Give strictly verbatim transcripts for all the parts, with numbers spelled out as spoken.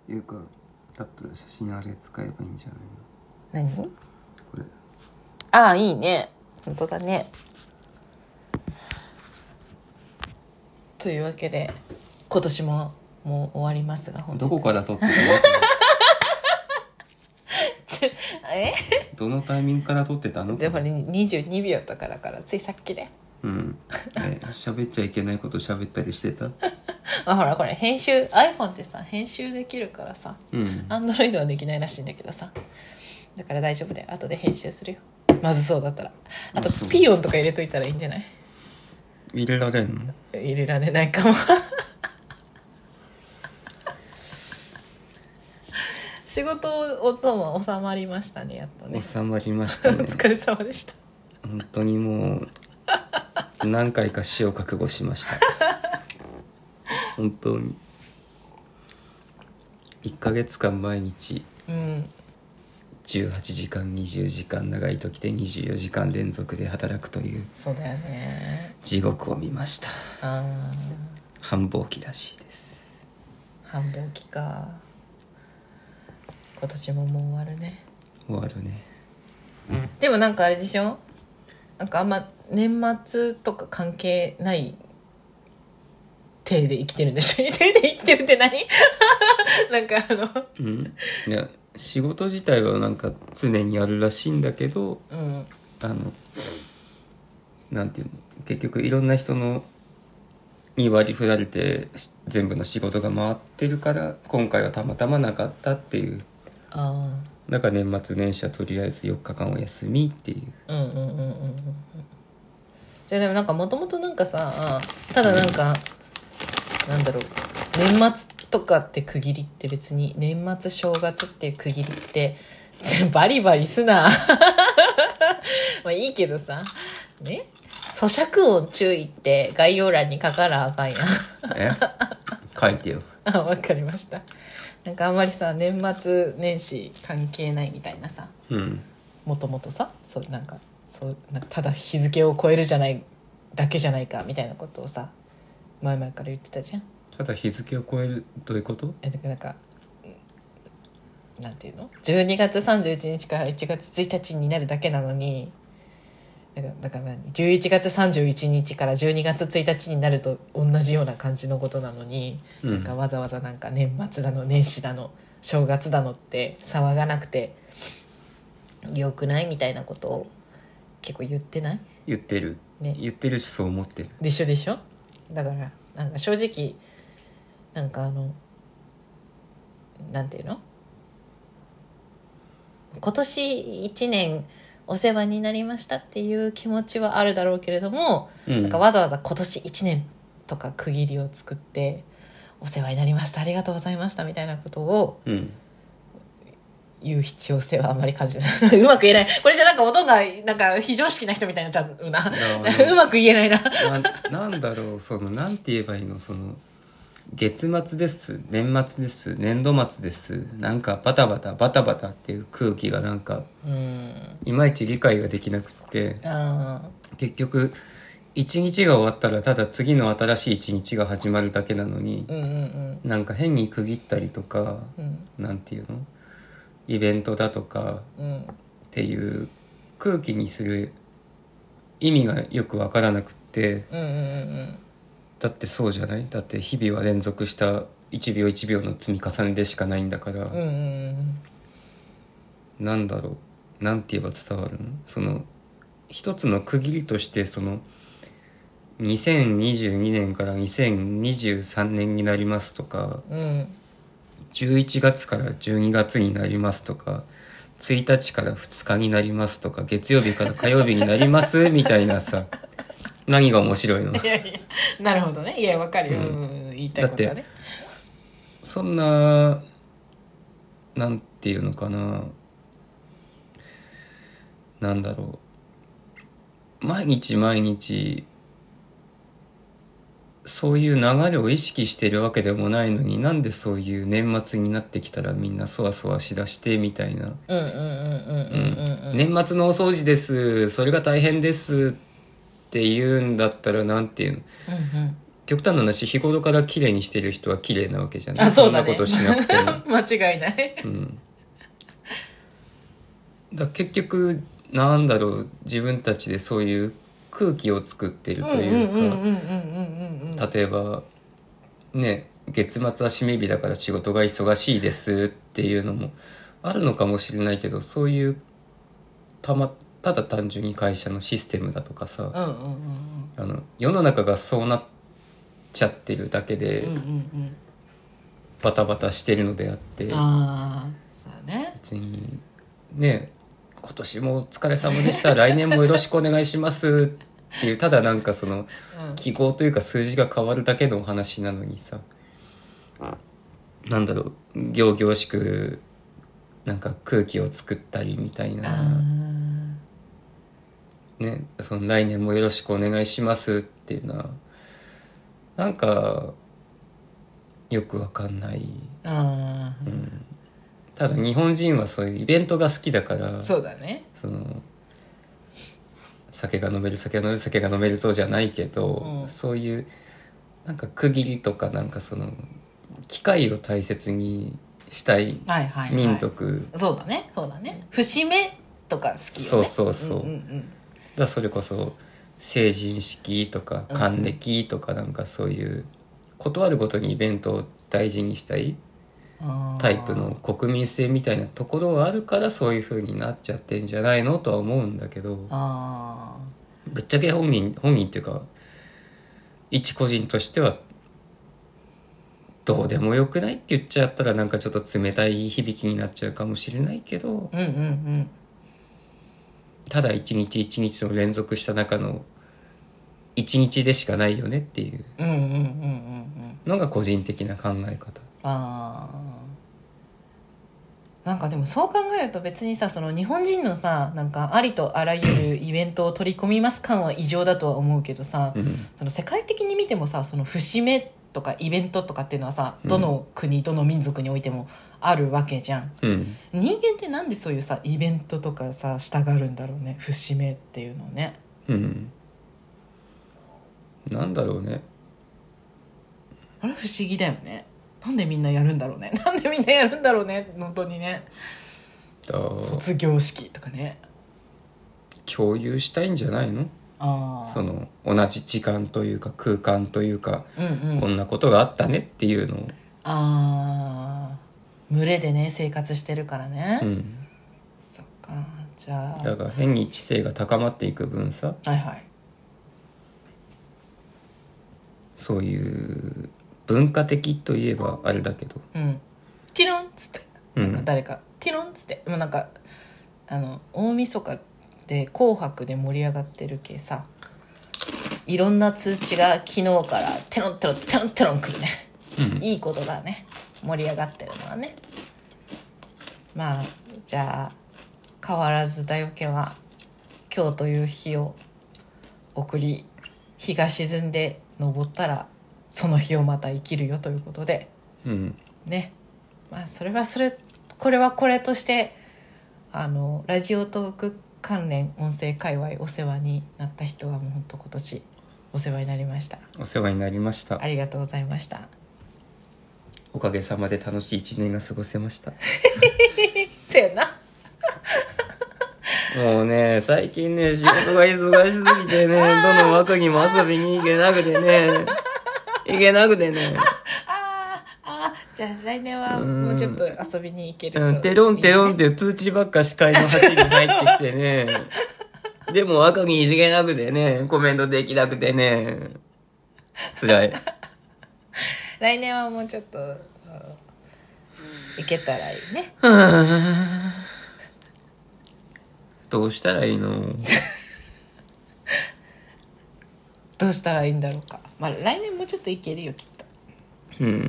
いうかだったら写真あれ使えばいいんじゃないの。 何？ これ。 ああ、いいね。本当だね。というわけで今年ももう終わりますが、本日どこから撮ってたのえどのタイミングから撮ってたの。 でもにじゅうにびょうとかだからついさっきで。 うんえ喋っちゃいけないこと喋ったりしてたあ、ほらこれ編集 iPhone ってさ編集できるからさ、 うん Android はできないらしいんだけどさ、だから大丈夫だよ。後で編集するよ、まずそうだったら。あとあそうピー音とか入れといたらいいんじゃない？ 入れられんの。 入れられないかも仕事音も収まりましたね、やっとね。 収まりましたねお疲れ様でした。 本当にもう何回か死を覚悟しました本当にいっかげつかん毎日うんじゅうはちじかんにじゅうじかん長い時でにじゅうよじかん連続で働くというそうだよね。 地獄を見ました。 あ繁忙期らしいです。 繁忙期か。今年ももう終わるね。 終わるね。 でもなんかあれでしょ、なんかあんま年末とか関係ない体で生きてるんでしょ体で生きてるって何なんかあのうんいや仕事自体はなんか常にやるらしいんだけど、 うんあのなんていうの、結局いろんな人のに割り振られて全部の仕事が回ってるから今回はたまたまなかったっていう。 あだから年末年始はとりあえずよっかかんお休みっていう。 あうんうんうんうんうん。じゃあでもなんかもともとなんかさ、ただなんか、うん、なんだろう、年末とかって区切りって別に年末正月っていう区切りってバリバリすなまあいいけどさね、咀嚼音注意って概要欄に書かなあかんやんえ書いてよ。 あ、わかりました。なんかあんまりさ年末年始関係ないみたいなさ、 うんもともとさ、そうなんかそうなんかただ日付を超えるじゃないだけじゃないかみたいなことをさ前々から言ってたじゃん。 ただ日付を超える。どういうこと。 えだからなんかなんていうの、じゅうにがつさんじゅういちにちからいちがつついたちになるだけなのに、だからだから何じゅういちがつさんじゅういちにちからじゅうにがつついたちになると同じような感じのことなのに、 うんなんかわざわざなんか年末だの年始だの正月だのって騒がなくてよくないみたいなことを結構言ってない？ 言ってる、 ね、 言ってるしそう思ってる。 でしょでしょ。だからなんか正直なんかあのなんていうの、今年いちねんお世話になりましたっていう気持ちはあるだろうけれども、 うん、 なんかわざわざ今年いちねんとか区切りを作ってお世話になりましたありがとうございましたみたいなことをうん言う必要性はあんまり感じないうまく言えない。これじゃなんか音がなんか非常識な人みたいになっちゃうなうまく言えないなな, なんだろう、そのなんて言えばいいの、その月末です年末です年度末ですなんかバタバタバタバタっていう空気がなんかうんいまいち理解ができなくて、 あ結局一日が終わったらただ次の新しい一日が始まるだけなのに、 うんうんうんなんか変に区切ったりとか、 うんなんていうのイベントだとかうんっていう空気にする意味がよく分からなくって、 うんうんうんだってそうじゃない、だって日々は連続したいちびょういちびょうの積み重ねでしかないんだから、 うんうんうんなんだろう、なんて言えば伝わるの、その一つの区切りとしてそのにせんにじゅうにねんからにせんにじゅうさんねんになりますとか、 うんじゅういちがつからじゅうにがつになりますとか、ついたちからふつかになりますとか、月曜日から火曜日になりますみたいなさ何が面白いの。 いやいやなるほどね。いやわかるよ、うん、言いたいことはね。 そんななんていうのかな、なんだろう、毎日毎日そういう流れを意識しているわけでもないのに、なんでそういう年末になってきたらみんなそわそわしだしてみたいな、 うんうんうんうんうんうん、 年末のお掃除ですそれが大変ですって言うんだったらなんていうの、 うんうん、 極端な話日頃から綺麗にしてる人は綺麗なわけじゃない。 あ、そうだね。 んなことしなくても間違いない、 うん、だ結局なんだろう、自分たちでそういう空気を作ってるというか、例えばね、月末は締め日だから仕事が忙しいですっていうのもあるのかもしれないけど、そういうたまただ単純に会社のシステムだとかさ、 うんうんうんうん、 あの世の中がそうなっちゃってるだけで、 うんうんうん、 バタバタしてるのであって、 あそうだね、 別にね、今年もお疲れ様でした来年もよろしくお願いしますっていう、ただなんかその記号というか数字が変わるだけのお話なのにさ、なんだろう、仰々しくなんか空気を作ったりみたいな、ね、その来年もよろしくお願いしますっていうのはなんかよくわかんない。 あ、 うん、ただ日本人はそういうイベントが好きだから、 そうだね、 その酒が飲める酒が飲める酒が飲めるそうじゃないけど、うん、そういうなんか区切りとかなんかその機会を大切にしたい民族、はいはいはい、 そうだねそうだね、節目とか好きよね。 そうそうそう、うんうんうん、だそれこそ成人式とか還暦とかなんかそういうことあるごとにイベントを大事にしたいタイプの国民性みたいなところがあるからそういう風になっちゃってんじゃないのとは思うんだけど、 あぶっちゃけ本人本人っていうか一個人としてはどうでもよくないって言っちゃったらなんかちょっと冷たい響きになっちゃうかもしれないけど、 うんうんうん、 ただ一日一日の連続した中の一日でしかないよねっていうのが個人的な考え方。 あなんかでもそう考えると別にさ、その日本人のさなんかありとあらゆるイベントを取り込みます感は異常だとは思うけどさ、うん、その世界的に見てもさ、その節目とかイベントとかっていうのはさ、どの国どの民族においてもあるわけじゃん、うん、人間ってなんでそういうさイベントとかさしたがるんだろうね、節目っていうのね。 うん、なんだろうね、 あれ不思議だよね。なんでみんなやるんだろうねなんでみんなやるんだろうね本当にね。卒業式とかね、 共有したいんじゃないの。あその同じ時間というか空間というか、うんうん、こんなことがあったねっていうのを、 あ群れでね生活してるからね、うん、そっか。じゃあだから変に知性が高まっていく分さ、 はいはい、 そういう文化的といえばあれだけど、 うん、ティロンっつってなんか誰か、うん、ティロンっつってもうなんかあの大晦日で紅白で盛り上がってる系さ、いろんな通知が昨日からテロンテロンテロンテロンくるね、うん、いいことだね、盛り上がってるのはね。まあじゃあ変わらずだよけは今日という日を送り、日が沈んで昇ったらその日をまた生きるよということで、うん、ね、まあそれはそれこれはこれとしてあのラジオトーク関連音声界隈お世話になった人はもう本当今年お世話になりました。 お世話になりました。 ありがとうございました。 おかげさまで楽しい一年が過ごせましたせやなもうね最近ね仕事が忙しすぎてねどの枠にも遊びに行けなくてね行けなくてねああじゃあ来年はもうちょっと遊びに行けるといい、ね、 うん、テロンテロンって通知ばっか視界の端に入ってきてねでも枠に行けなくてねコメントできなくてね辛い来年はもうちょっと行けたらいいねどうしたらいいのどうしたらいいんだろうか。まあ来年もうちょっといけるよきっと。うん、うん、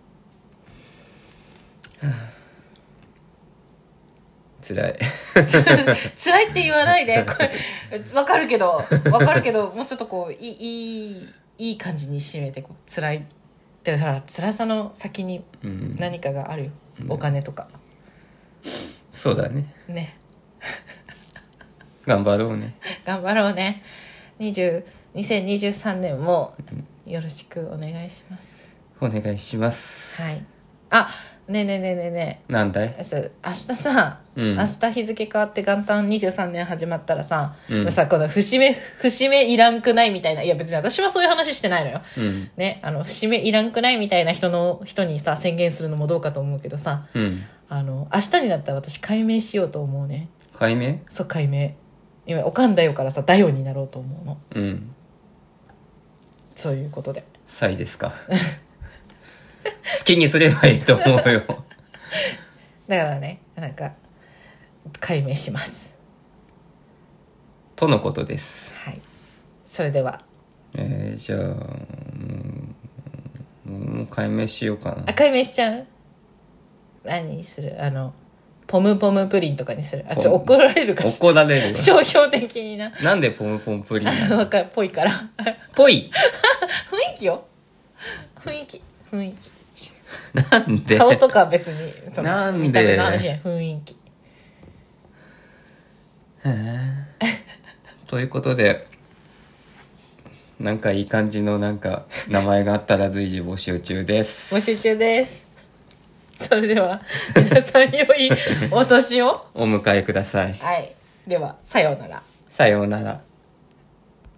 辛い辛いって言わないでこれ分かるけど分かるけどもうちょっとこういいいいいい感じに締めてこう辛いってさ、辛さの先に何かがあるよ、うん、お金とか、 うん、そうだねね頑張ろうね頑張ろうね。にせんにじゅうさんねんもよろしくお願いします。 お願いします。 はい。あ、ねえねえねえねえねえ。 なんだい？ さ明日さ、 うん、 明日日付変わって元旦にじゅうさんねん始まったらさ、 うん、 さこの節目節目いらんくないみたいな、いや別に私はそういう話してないのよ、 うん、 ね、あの節目いらんくないみたいな人の人にさ宣言するのもどうかと思うけどさ、 うん、 あの明日になったら私改名しようと思うね。 改名？ そう改名。今おかんだよからさだよになろうと思うの。 うん。 そういうことで。 サイですか。好きにすればいいと思うよ。 だからね、なんか改名しますとのことです。 はい。それでは、 えー、じゃあもう改名しようかな。 あ、改名しちゃう？何にする？あのポムポムプリンとかにする？あ、ちょ怒られるかしら。 怒られるよ。 商標的にな。 なんでポムポムプリンなの？ わかる、ぽいからぽい。 雰囲気よ、雰囲気雰囲気。 なんで？ 顔とか別にそのなんで見た目の話じゃない、雰囲気。 へえ。ということで、なんかいい感じのなんか名前があったら随時募集中です。 募集中です。それでは皆さん良いお年をお迎えください。 はい。ではさようなら。 さようなら。